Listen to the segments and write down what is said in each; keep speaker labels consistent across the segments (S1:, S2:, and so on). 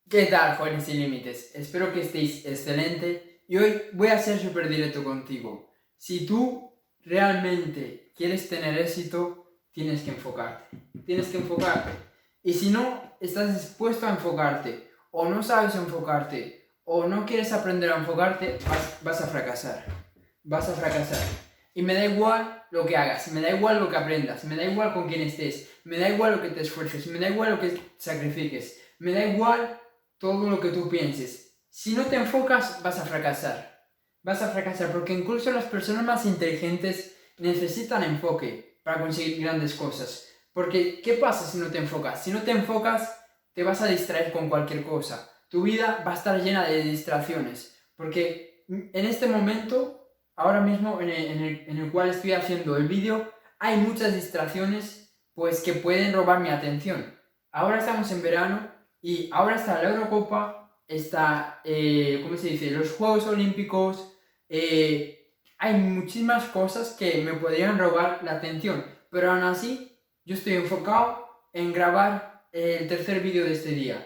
S1: ¿Qué tal, jóvenes sin límites? Espero que estéis excelente y hoy voy a ser súper directo contigo. Si tú realmente quieres tener éxito, tienes que enfocarte. Tienes que enfocarte. Y si no estás dispuesto a enfocarte, o no sabes enfocarte, o no quieres aprender a enfocarte, vas a fracasar. Vas a fracasar. Y me da igual lo que hagas, me da igual lo que aprendas, me da igual con quién estés, me da igual lo que te esfuerces, me da igual lo que sacrifiques, me da igual todo lo que tú pienses. Si no te enfocas, vas a fracasar. Vas a fracasar porque incluso las personas más inteligentes necesitan enfoque para conseguir grandes cosas. Porque, ¿qué pasa si no te enfocas? Si no te enfocas, te vas a distraer con cualquier cosa. Tu vida va a estar llena de distracciones. Porque en este momento, ahora mismo en el cual estoy haciendo el vídeo, hay muchas distracciones pues que pueden robar mi atención. Ahora estamos en verano y ahora está la Eurocopa, está, ¿cómo se dice?, los Juegos Olímpicos, hay muchísimas cosas que me podrían robar la atención, pero aún así yo estoy enfocado en grabar el tercer vídeo de este día.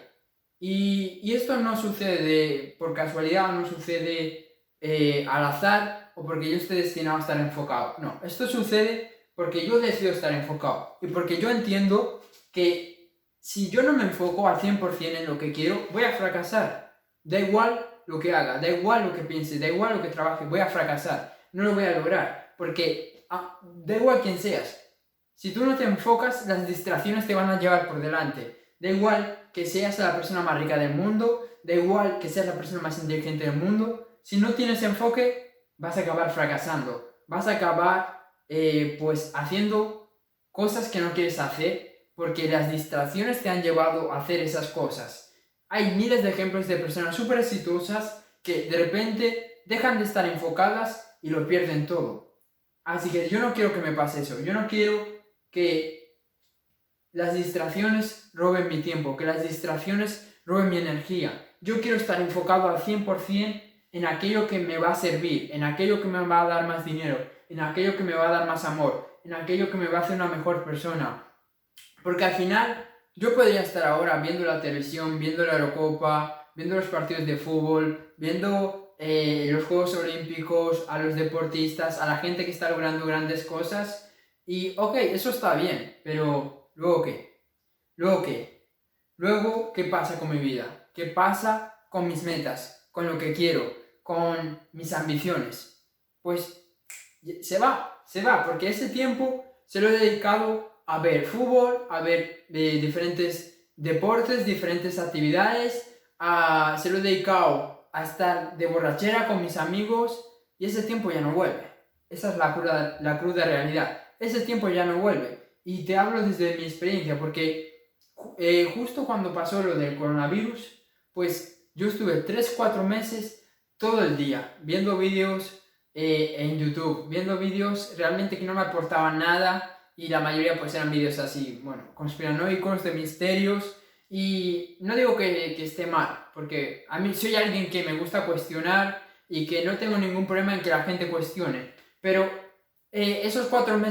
S1: Y esto no sucede por casualidad, no sucede al azar o porque yo esté destinado a estar enfocado. No, esto sucede porque yo decido estar enfocado y porque yo entiendo que si yo no me enfoco al 100% en lo que quiero, voy a fracasar. Da igual lo que haga, da igual lo que piense, da igual lo que trabaje, voy a fracasar. No lo voy a lograr, porque da igual quién seas. Si tú no te enfocas, las distracciones te van a llevar por delante. Da igual que seas la persona más rica del mundo, da igual que seas la persona más inteligente del mundo. Si no tienes enfoque, vas a acabar fracasando. Vas a acabar, pues, haciendo cosas que no quieres hacer porque las distracciones te han llevado a hacer esas cosas. Hay miles de ejemplos de personas súper exitosas que de repente dejan de estar enfocadas y lo pierden todo. Así que yo no quiero que me pase eso. Yo no quiero que las distracciones roben mi tiempo, que las distracciones roben mi energía. Yo quiero estar enfocado al 100% en aquello que me va a servir, en aquello que me va a dar más dinero, en aquello que me va a dar más amor, en aquello que me va a hacer una mejor persona. Porque al final yo podría estar ahora viendo la televisión, viendo la Eurocopa, viendo los partidos de fútbol, viendo los Juegos Olímpicos, a los deportistas, a la gente que está logrando grandes cosas. Y ok, eso está bien, pero ¿luego qué? ¿Luego qué? Luego, ¿qué pasa con mi vida? ¿Qué pasa con mis metas? ¿Con lo que quiero? ¿Con mis ambiciones? Pues se va, porque ese tiempo se lo he dedicado a ver fútbol, a ver diferentes deportes, diferentes actividades, se lo he dedicado a estar de borrachera con mis amigos y ese tiempo ya no vuelve. Esa es la cruda realidad. Ese tiempo ya no vuelve. Y te hablo desde mi experiencia, porque justo cuando pasó lo del coronavirus, pues yo estuve 3-4 meses todo el día viendo vídeos en YouTube, viendo vídeos realmente que no me aportaban nada y la mayoría pues eran vídeos así, bueno, conspiranoicos, de misterios y no digo que esté mal, porque a mí soy alguien que me gusta cuestionar y que no tengo ningún problema en que la gente cuestione, pero esos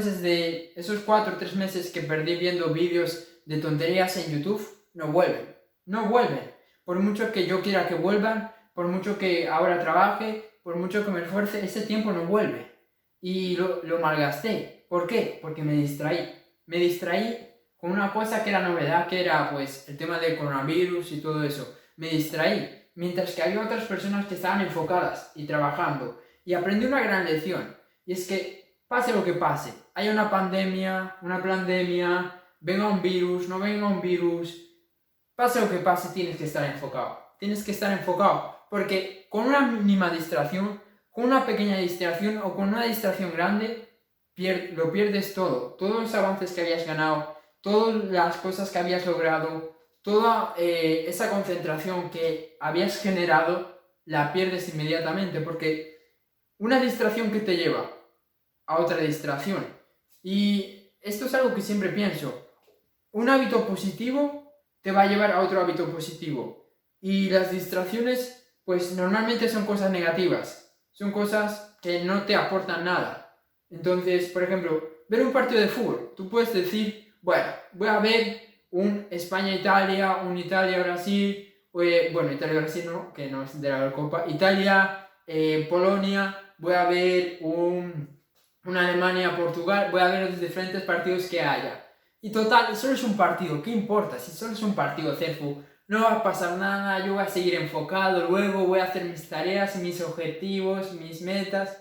S1: 4 o 3 meses que perdí viendo vídeos de tonterías en YouTube no vuelven, no vuelven, por mucho que yo quiera que vuelvan, por mucho que ahora trabaje, por mucho que me esfuerce, ese tiempo no vuelve. Y lo malgasté. ¿Por qué? Porque me distraí. Me distraí con una cosa que era novedad, que era pues el tema del coronavirus y todo eso. Me distraí. Mientras que había otras personas que estaban enfocadas y trabajando. Y aprendí una gran lección. Y es que pase lo que pase, haya una pandemia, venga un virus, no venga un virus, pase lo que pase, tienes que estar enfocado. Tienes que estar enfocado. Porque con una mínima distracción, con una pequeña distracción o con una distracción grande, lo pierdes todo. Todos los avances que habías ganado, todas las cosas que habías logrado, toda esa concentración que habías generado, la pierdes inmediatamente. Porque una distracción que te lleva a otra distracción. Y esto es algo que siempre pienso. Un hábito positivo te va a llevar a otro hábito positivo. Y las distracciones, pues normalmente son cosas negativas. Son cosas que no te aportan nada. Entonces, por ejemplo, ver un partido de fútbol. Tú puedes decir, bueno, voy a ver un España-Italia, un Italia-Brasil, Bueno, Italia-Brasil no, que no es de la Eurocopa. Italia, Polonia, voy a ver un Alemania-Portugal, voy a ver los diferentes partidos que haya. Y total, solo es un partido, ¿qué importa? Si solo es un partido, Cerfu, no va a pasar nada, yo voy a seguir enfocado, luego voy a hacer mis tareas, mis objetivos, mis metas.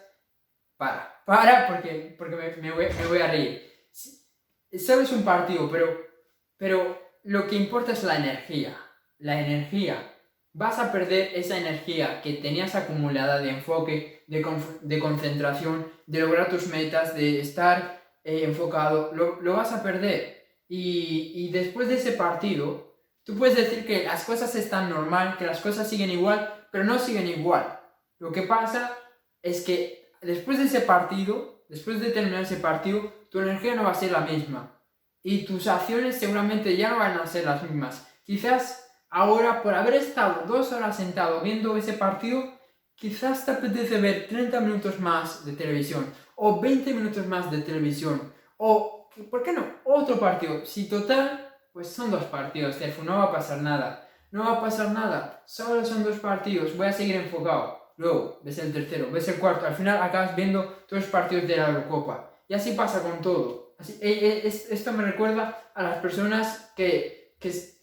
S1: Porque me voy a reír. Solo es un partido, pero lo que importa es la energía. La energía. Vas a perder esa energía que tenías acumulada de enfoque, de concentración, de lograr tus metas, de estar enfocado. Lo vas a perder. Y después de ese partido, tú puedes decir que las cosas están normal, que las cosas siguen igual, pero no siguen igual. Lo que pasa es que después de ese partido, después de terminar ese partido, tu energía no va a ser la misma. Y tus acciones seguramente ya no van a ser las mismas. Quizás ahora, por haber estado 2 horas sentado viendo ese partido, quizás te apetece ver 30 minutos más de televisión, o 20 minutos más de televisión, o, ¿por qué no?, otro partido. Si total, pues son 2 partidos, Cerfu, no va a pasar nada. No va a pasar nada, solo son 2 partidos, voy a seguir enfocado. Luego, ves el tercero, ves el cuarto, al final acabas viendo todos los partidos de la Eurocopa. Y así pasa con todo. Esto me recuerda a las personas que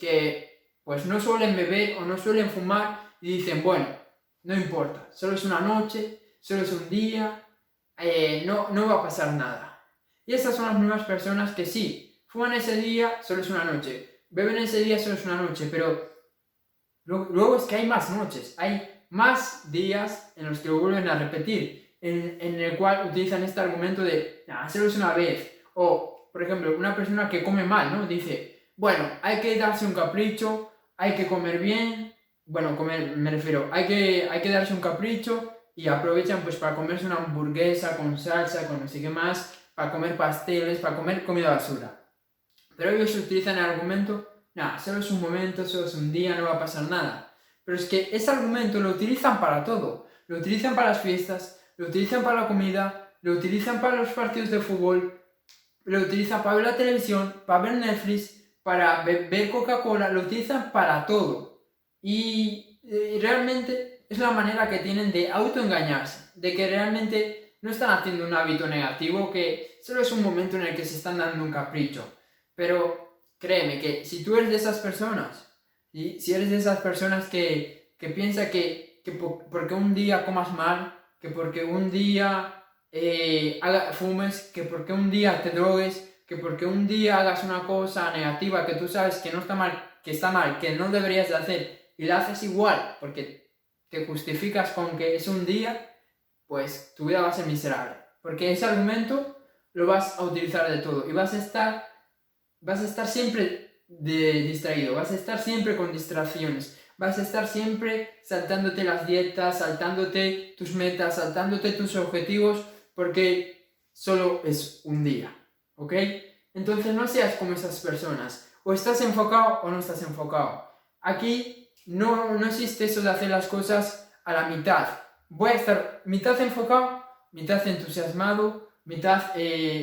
S1: pues no suelen beber o no suelen fumar y dicen, bueno, no importa, solo es una noche, solo es un día, no va a pasar nada. Y estas son las mismas personas que sí, fuman ese día, solo es una noche, beben ese día, solo es una noche, pero luego es que hay más noches, hay más días en los que lo vuelven a repetir, en el cual utilizan este argumento de, solo es una vez. O, por ejemplo, una persona que come mal, ¿no? Dice, bueno, hay que darse un capricho, hay que comer bien, bueno, comer, me refiero, hay que darse un capricho y aprovechan pues para comerse una hamburguesa con salsa, con no sé qué más, para comer pasteles, para comer comida basura. Pero ellos utilizan el argumento, solo es un momento, solo es un día, no va a pasar nada. Pero es que ese argumento lo utilizan para todo. Lo utilizan para las fiestas, lo utilizan para la comida, lo utilizan para los partidos de fútbol, lo utilizan para ver la televisión, para ver Netflix, para ver Coca-Cola, lo utilizan para todo. Y realmente es la manera que tienen de autoengañarse, de que realmente no están haciendo un hábito negativo, que solo es un momento en el que se están dando un capricho. Pero créeme que si tú eres de esas personas, ¿sí? Si eres de esas personas que piensa que porque un día comas mal, que porque un día fumes, que porque un día te drogues, que porque un día hagas una cosa negativa que tú sabes que no está mal, que está mal, que no deberías de hacer, y la haces igual porque te justificas con que es un día, pues tu vida va a ser miserable. Porque ese argumento lo vas a utilizar de todo y vas a estar siempre distraído, vas a estar siempre con distracciones, vas a estar siempre saltándote las dietas, saltándote tus metas, saltándote tus objetivos, porque solo es un día, ¿ok? Entonces no seas como esas personas, o estás enfocado o no estás enfocado. Aquí no existe eso de hacer las cosas a la mitad. Voy a estar mitad enfocado, mitad entusiasmado, mitad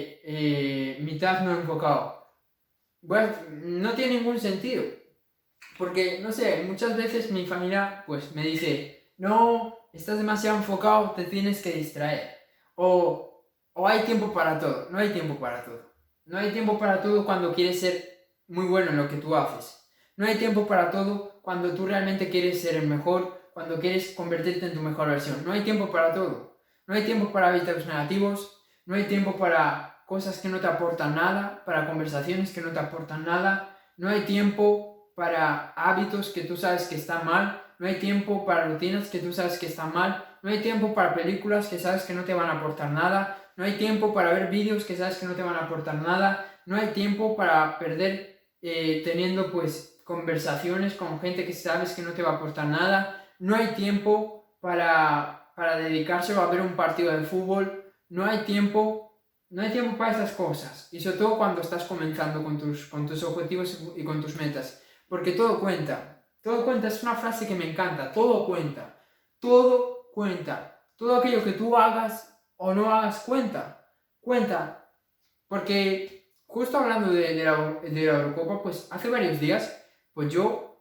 S1: no enfocado. Bueno, no tiene ningún sentido. Porque, no sé, muchas veces mi familia pues me dice, no, estás demasiado enfocado, te tienes que distraer. O hay tiempo para todo. No hay tiempo para todo. No hay tiempo para todo cuando quieres ser muy bueno en lo que tú haces. No hay tiempo para todo cuando tú realmente quieres ser el mejor, cuando quieres convertirte en tu mejor versión. No hay tiempo para todo. No hay tiempo para hábitos negativos. No hay tiempo para cosas que no te aportan nada, para conversaciones que no te aportan nada. No hay tiempo para hábitos que tú sabes que están mal. No hay tiempo para rutinas que tú sabes que están mal. No hay tiempo para películas que sabes que no te van a aportar nada. No hay tiempo para ver vídeos que sabes que no te van a aportar nada. No hay tiempo para perder teniendo pues conversaciones con gente que sabes que no te va a aportar nada. No hay tiempo para dedicárselo a ver un partido de fútbol. No hay tiempo para estas cosas. Y sobre todo cuando estás comenzando con tus objetivos y con tus metas. Porque todo cuenta. Todo cuenta, es una frase que me encanta. Todo cuenta. Todo cuenta. Todo aquello que tú hagas o no hagas cuenta. Cuenta. Porque justo hablando de la Eurocopa, pues hace varios días, pues yo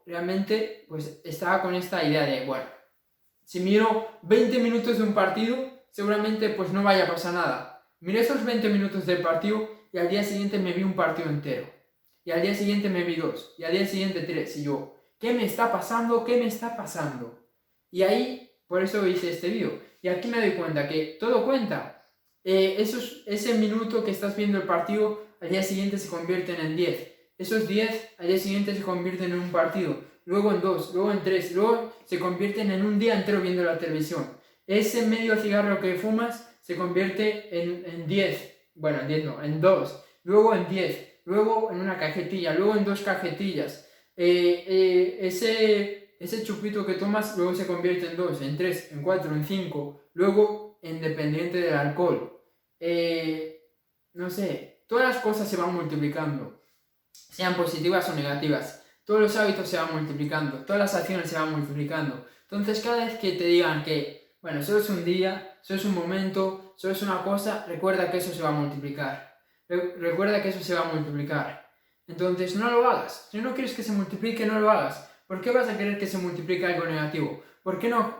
S1: realmente pues estaba con esta idea de, bueno, si miro 20 minutos de un partido, seguramente pues no vaya a pasar nada. Miré esos 20 minutos del partido y al día siguiente me vi un partido entero. Y al día siguiente me vi 2. Y al día siguiente 3. Y yo, ¿qué me está pasando? ¿Qué me está pasando? Y ahí, por eso hice este vídeo. Y aquí me doy cuenta que todo cuenta. Ese minuto que estás viendo el partido, al día siguiente se convierten en 10. Esos 10 al día siguiente se convierten en un partido. Luego en 2, luego en 3, luego se convierten en un día entero viendo la televisión. Ese medio cigarro que fumas se convierte en 10. Bueno, en 10 no, en 2. Luego en 10. Luego en una cajetilla. Luego en 2 cajetillas. Ese chupito que tomas luego se convierte en 2, en 3, en 4, en 5. Luego en dependiente del alcohol. No sé, todas las cosas se van multiplicando. Sean positivas o negativas. Todos los hábitos se van multiplicando. Todas las acciones se van multiplicando. Entonces cada vez que te digan que, bueno, solo es un día, solo es un momento, solo es una cosa, recuerda que eso se va a multiplicar. Recuerda que eso se va a multiplicar. Entonces no lo hagas. Si no quieres que se multiplique, no lo hagas. ¿Por qué vas a querer que se multiplique algo negativo? ¿Por qué no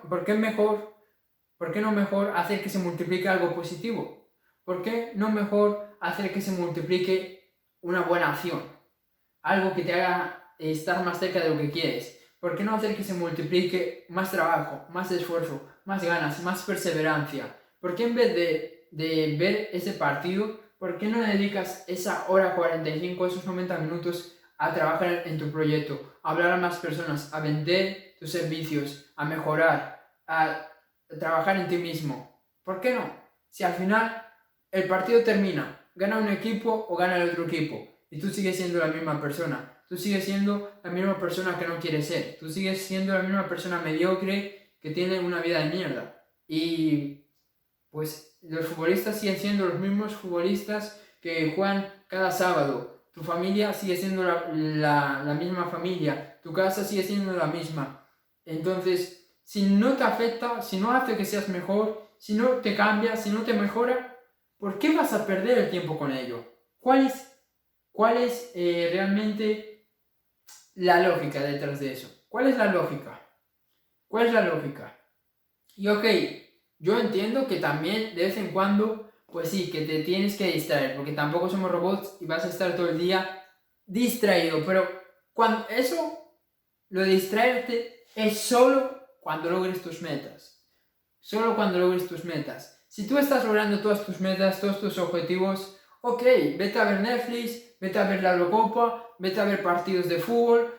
S1: mejor hacer que se multiplique algo positivo? ¿Por qué no mejor hacer que se multiplique una buena acción? Algo que te haga estar más cerca de lo que quieres. ¿Por qué no hacer que se multiplique más trabajo, más esfuerzo, más ganas, más perseverancia? ¿Por qué en vez de ver ese partido, por qué no dedicas esa hora 45, esos 90 minutos a trabajar en tu proyecto, a hablar a más personas, a vender tus servicios, a mejorar, a trabajar en ti mismo? ¿Por qué no? Si al final el partido termina, gana un equipo o gana el otro equipo, y tú sigues siendo la misma persona, tú sigues siendo la misma persona que no quieres ser, tú sigues siendo la misma persona mediocre que tiene una vida de mierda. Y pues los futbolistas siguen siendo los mismos futbolistas que juegan cada sábado. Tu familia sigue siendo la misma familia, tu casa sigue siendo la misma. Entonces, si no te afecta, si no hace que seas mejor, si no te cambia, si no te mejora, ¿por qué vas a perder el tiempo con ello? ¿Cuál es realmente la lógica detrás de eso? ¿Cuál es la lógica? ¿Cuál es la lógica? Y ok, yo entiendo que también de vez en cuando, pues sí, que te tienes que distraer, porque tampoco somos robots y vas a estar todo el día distraído, pero cuando eso, lo de distraerte es solo cuando logres tus metas. Solo cuando logres tus metas. Si tú estás logrando todas tus metas, todos tus objetivos, ok, vete a ver Netflix, vete a ver la Eurocopa, vete a ver partidos de fútbol,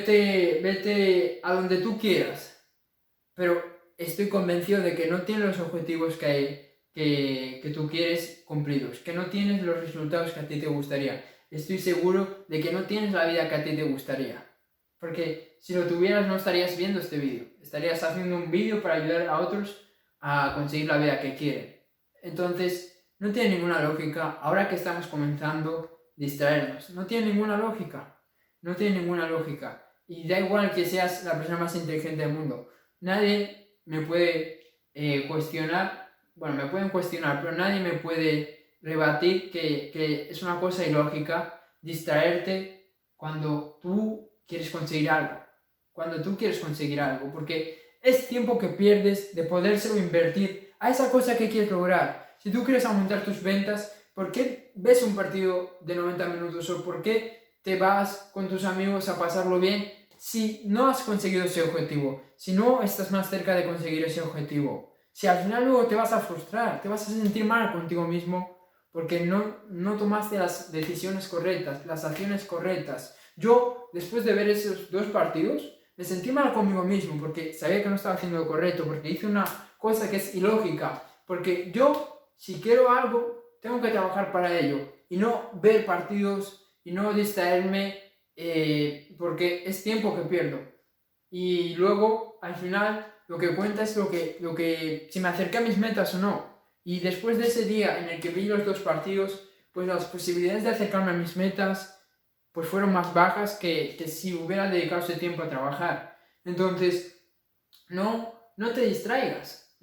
S1: vete a donde tú quieras. Pero estoy convencido de que no tienes los objetivos que tú quieres cumplidos, que no tienes los resultados que a ti te gustaría. Estoy seguro de que no tienes la vida que a ti te gustaría. Porque si lo tuvieras no estarías viendo este vídeo. Estarías haciendo un vídeo para ayudar a otros a conseguir la vida que quieren. Entonces, no tiene ninguna lógica, ahora que estamos comenzando, distraernos. No tiene ninguna lógica. No tiene ninguna lógica. Y da igual que seas la persona más inteligente del mundo. Nadie me puede cuestionar, bueno, me pueden cuestionar, pero nadie me puede rebatir que es una cosa ilógica distraerte cuando tú quieres conseguir algo. Cuando tú quieres conseguir algo, porque es tiempo que pierdes de podérselo invertir a esa cosa que quieres lograr. Si tú quieres aumentar tus ventas, ¿por qué ves un partido de 90 minutos o por qué te vas con tus amigos a pasarlo bien si no has conseguido ese objetivo? Si no estás más cerca de conseguir ese objetivo. Si al final luego te vas a frustrar, te vas a sentir mal contigo mismo porque no tomaste las decisiones correctas, las acciones correctas. Yo, después de ver esos 2 partidos, me sentí mal conmigo mismo porque sabía que no estaba haciendo lo correcto, porque hice una cosa que es ilógica, porque yo, si quiero algo, tengo que trabajar para ello y no ver partidos y no distraerme porque es tiempo que pierdo. Y luego, al final, lo que cuenta es lo que si me acerqué a mis metas o no. Y después de ese día en el que vi los 2 partidos, pues las posibilidades de acercarme a mis metas pues fueron más bajas que si hubiera dedicado ese tiempo a trabajar. Entonces, no te distraigas,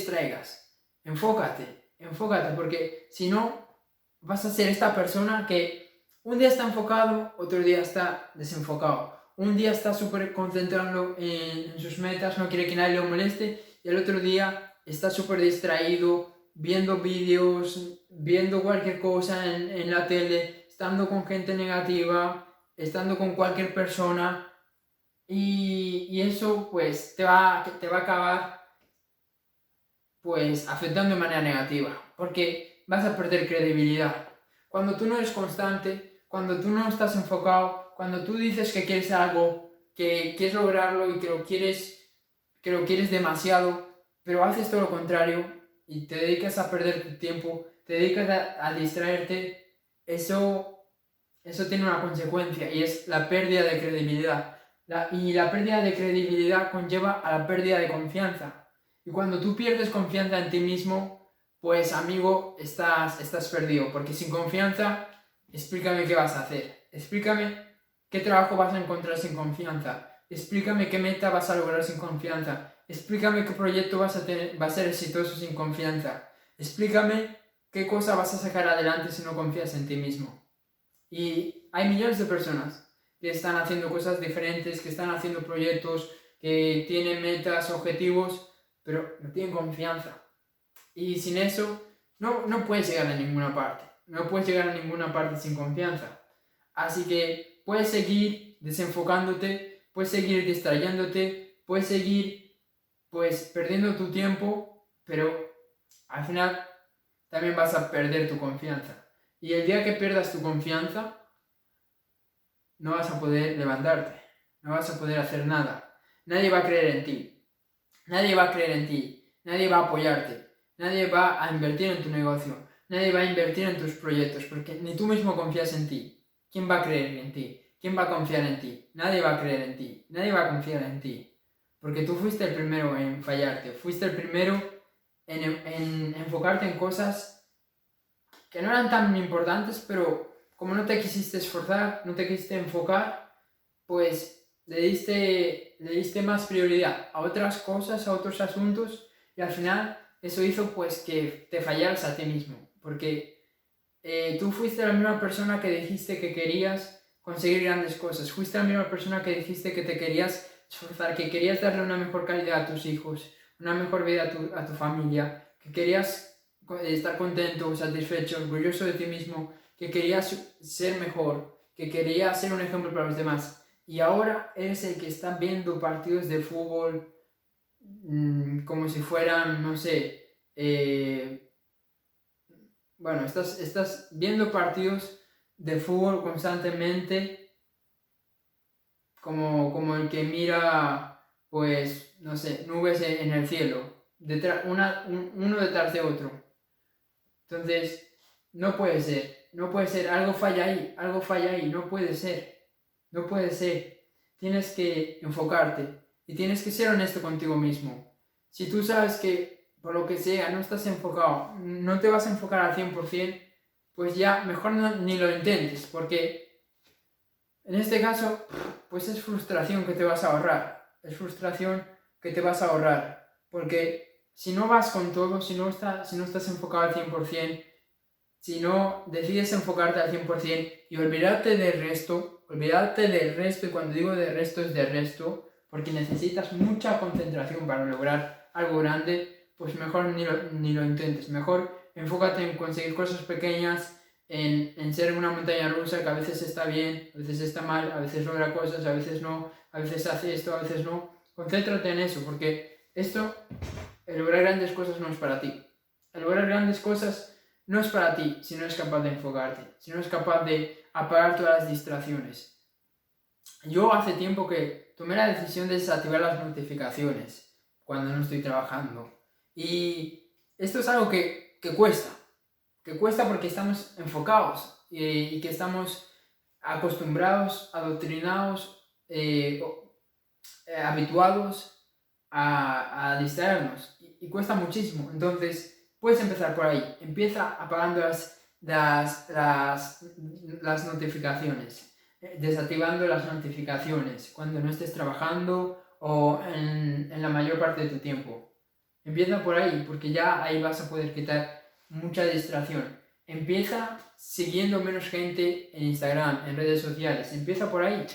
S1: enfócate, porque si no, vas a ser esta persona que un día está enfocado, otro día está desenfocado. un día está súper concentrado en sus metas, no quiere que nadie lo moleste, y el otro día está súper distraído, viendo vídeos, viendo cualquier cosa en la tele, estando con gente negativa, estando con cualquier persona, y eso pues te va a acabar pues afectando de manera negativa, porque vas a perder credibilidad. Cuando tú no eres constante, cuando tú no estás enfocado, cuando tú dices que quieres algo, que quieres lograrlo y que lo quieres demasiado, pero haces todo lo contrario y te dedicas a perder tu tiempo, te dedicas a distraerte, eso tiene una consecuencia y es la pérdida de credibilidad. Y la pérdida de credibilidad conlleva a la pérdida de confianza. Y cuando tú pierdes confianza en ti mismo, pues amigo, estás perdido. Porque sin confianza, explícame qué vas a hacer. Explícame qué trabajo vas a encontrar sin confianza. Explícame qué meta vas a lograr sin confianza. Explícame qué proyecto va a ser exitoso sin confianza. Explícame qué cosa vas a sacar adelante si no confías en ti mismo. Y hay millones de personas que están haciendo cosas diferentes, que están haciendo proyectos, que tienen metas, objetivos, pero no tienen confianza. Y sin eso no puedes llegar a ninguna parte. No puedes llegar a ninguna parte sin confianza. Así que puedes seguir desenfocándote, puedes seguir distrayéndote, puedes seguir pues perdiendo tu tiempo, pero al final también vas a perder tu confianza. Y el día que pierdas tu confianza, no vas a poder levantarte, no vas a poder hacer nada. Nadie va a creer en ti, nadie va a creer en ti, nadie va a apoyarte, nadie va a invertir en tu negocio, nadie va a invertir en tus proyectos, porque ni tú mismo confías en ti. ¿Quién va a creer en ti? ¿Quién va a confiar en ti? Nadie va a creer en ti, nadie va a confiar en ti, porque tú fuiste el primero en fallarte, fuiste el primero en enfocarte en cosas que no eran tan importantes, pero como no te quisiste esforzar, no te quisiste enfocar, pues le diste más prioridad a otras cosas, a otros asuntos, y al final eso hizo pues que te fallaras a ti mismo, porque tú fuiste la misma persona que dijiste que querías conseguir grandes cosas, fuiste la misma persona que dijiste que te querías esforzar, que querías darle una mejor calidad a tus hijos, una mejor vida a tu familia, que querías estar contento, satisfecho, orgulloso de ti mismo, que querías ser mejor, que querías ser un ejemplo para los demás. Y ahora eres el que está viendo partidos de fútbol como si fueran, no sé, bueno, estás viendo partidos de fútbol constantemente como el que mira, pues, no sé, nubes en el cielo, uno detrás de otro. Entonces, no puede ser, algo falla ahí, no puede ser. Tienes que enfocarte y tienes que ser honesto contigo mismo. Si tú sabes que por lo que sea no estás enfocado, no te vas a enfocar al 100%, pues ya mejor ni lo intentes, porque en este caso, pues es frustración que te vas a ahorrar, porque si no vas con todo, si no estás enfocado al 100%, si no decides enfocarte al 100% y olvidarte del resto, y cuando digo de resto es de resto, porque necesitas mucha concentración para lograr algo grande, pues mejor ni lo intentes, mejor enfócate en conseguir cosas pequeñas, en ser una montaña rusa que a veces está bien, a veces está mal, a veces logra cosas, a veces no, a veces hace esto, a veces no. Concéntrate en eso, porque el lograr grandes cosas no es para ti. El lograr grandes cosas no es para ti si no eres capaz de enfocarte, si no eres capaz de apagar todas las distracciones. Yo hace tiempo que tomé la decisión de desactivar las notificaciones cuando no estoy trabajando. Y esto es algo que cuesta porque estamos enfocados y que estamos acostumbrados, adoctrinados, habituados a distraernos y cuesta muchísimo. Entonces puedes empezar por ahí, empieza apagando las notificaciones, desactivando las notificaciones cuando no estés trabajando o en la mayor parte de tu tiempo. Empieza por ahí, porque ya ahí vas a poder quitar mucha distracción. Empieza siguiendo menos gente en Instagram, en redes sociales. Empieza por ahí.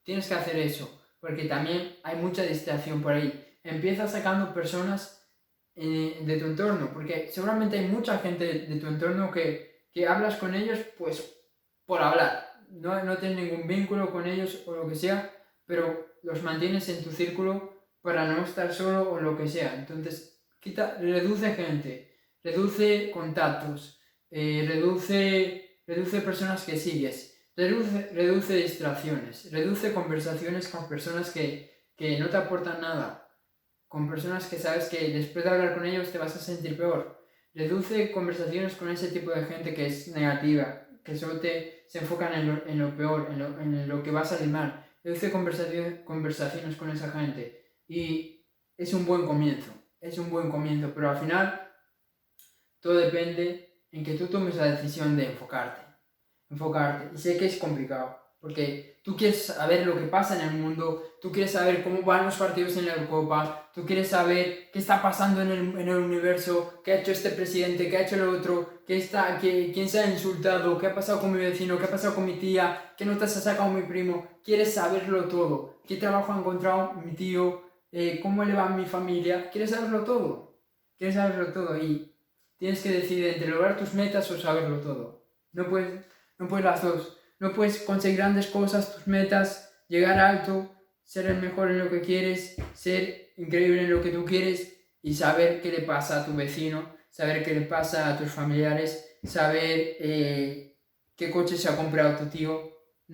S1: tienes que hacer eso, porque también hay mucha distracción por ahí. Empieza sacando personas de tu entorno, porque seguramente hay mucha gente de tu entorno que hablas con ellos pues por hablar, no tienes ningún vínculo con ellos o lo que sea, pero los mantienes en tu círculo para no estar solo o lo que sea. Entonces, reduce gente, reduce contactos, reduce personas que sigues, reduce distracciones, reduce conversaciones con personas que no te aportan nada, con personas que sabes que después de hablar con ellos te vas a sentir peor. Reduce conversaciones con ese tipo de gente que es negativa, que solo se enfocan en lo peor, en lo que va a salir mal. Reduce conversaciones con esa gente y es un buen comienzo, pero al final todo depende en que tú tomes la decisión de enfocarte. Y sé que es complicado, porque tú quieres saber lo que pasa en el mundo, tú quieres saber cómo van los partidos en la Eurocopa, tú quieres saber qué está pasando en el universo, qué ha hecho este presidente, qué ha hecho el otro, quién se ha insultado, qué ha pasado con mi vecino, qué ha pasado con mi tía, qué notas ha sacado mi primo. Quieres saberlo todo, qué trabajo ha encontrado mi tío, cómo le va a mi familia. Quieres saberlo todo y tienes que decidir entre lograr tus metas o saberlo todo. No puedes las dos. No puedes conseguir grandes cosas, tus metas, llegar alto, ser el mejor en lo que quieres, ser increíble en lo que tú quieres y saber qué le pasa a tu vecino, saber qué le pasa a tus familiares, saber qué coche se ha comprado tu tío.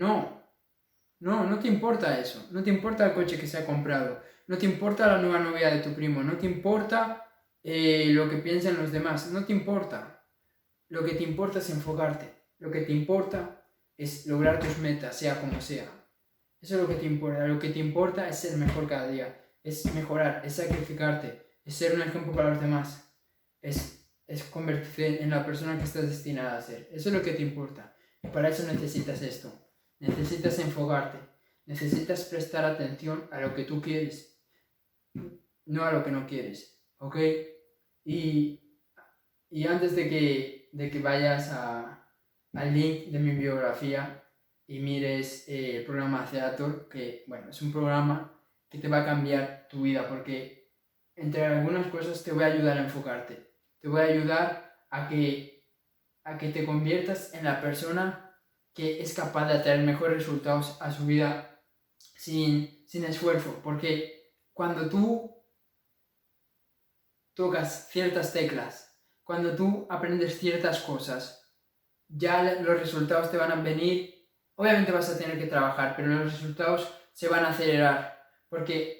S1: No te importa eso. No te importa el coche que se ha comprado. No te importa la nueva novia de tu primo. No te importa lo que piensan los demás. No te importa. Lo que te importa es enfocarte. Lo que te importa es lograr tus metas, sea como sea. Eso es lo que te importa. Lo que te importa es ser mejor cada día. Es mejorar, es sacrificarte, es ser un ejemplo para los demás. Es convertirte en la persona que estás destinada a ser. Eso es lo que te importa. Y para eso necesitas esto. Necesitas enfocarte. Necesitas prestar atención a lo que tú quieres, no a lo que no quieres. ¿Ok? Y antes de que vayas al link de mi biografía y mires el programa Theater, que bueno, es un programa que te va a cambiar tu vida, porque entre algunas cosas te voy a ayudar a enfocarte, te voy a ayudar a que te conviertas en la persona que es capaz de atraer mejores resultados a su vida sin esfuerzo, porque cuando tú tocas ciertas teclas, cuando tú aprendes ciertas cosas, ya los resultados te van a venir. Obviamente vas a tener que trabajar, pero los resultados se van a acelerar, porque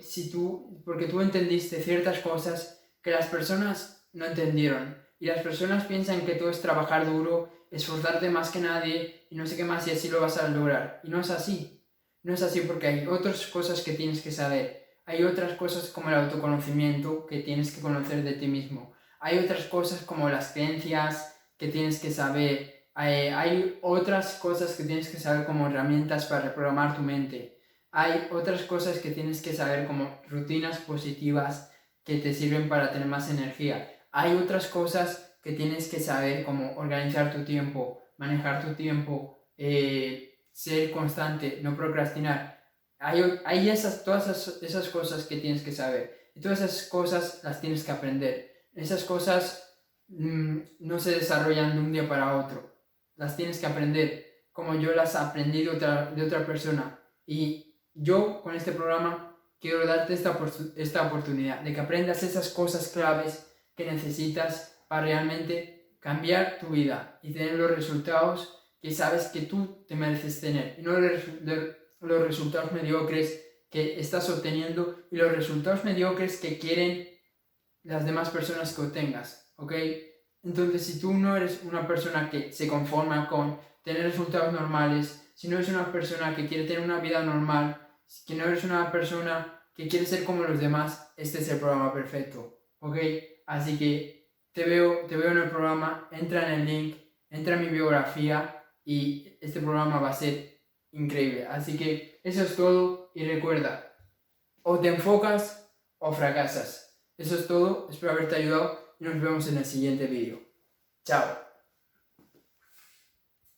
S1: tú entendiste ciertas cosas que las personas no entendieron, y las personas piensan que todo es trabajar duro, esforzarte más que nadie y no sé qué más, y así lo vas a lograr. Y no es así. No es así, porque hay otras cosas que tienes que saber. Hay otras cosas como el autoconocimiento que tienes que conocer de ti mismo. Hay otras cosas como las creencias que tienes que saber. Hay otras cosas que tienes que saber como herramientas para reprogramar tu mente. Hay otras cosas que tienes que saber como rutinas positivas que te sirven para tener más energía. Hay otras cosas que tienes que saber como organizar tu tiempo, manejar tu tiempo, ser constante, no procrastinar. Hay todas esas cosas que tienes que saber. Y todas esas cosas las tienes que aprender. Esas cosas no se desarrollan de un día para otro. Las tienes que aprender como yo las aprendí de otra persona. Y yo con este programa quiero darte esta oportunidad de que aprendas esas cosas claves que necesitas para realmente cambiar tu vida y tener los resultados que sabes que tú te mereces tener, y no los resultados mediocres que estás obteniendo y los resultados mediocres que quieren las demás personas que obtengas, ¿ok? Entonces, si tú no eres una persona que se conforma con tener resultados normales, si no eres una persona que quiere tener una vida normal, si no eres una persona que quiere ser como los demás, este es el programa perfecto, ¿ok? Así que te veo en el programa, entra en el link, entra en mi biografía y este programa va a ser increíble. Así que eso es todo y recuerda, o te enfocas o fracasas. Eso es todo, espero haberte ayudado y nos vemos en el siguiente vídeo. Chao.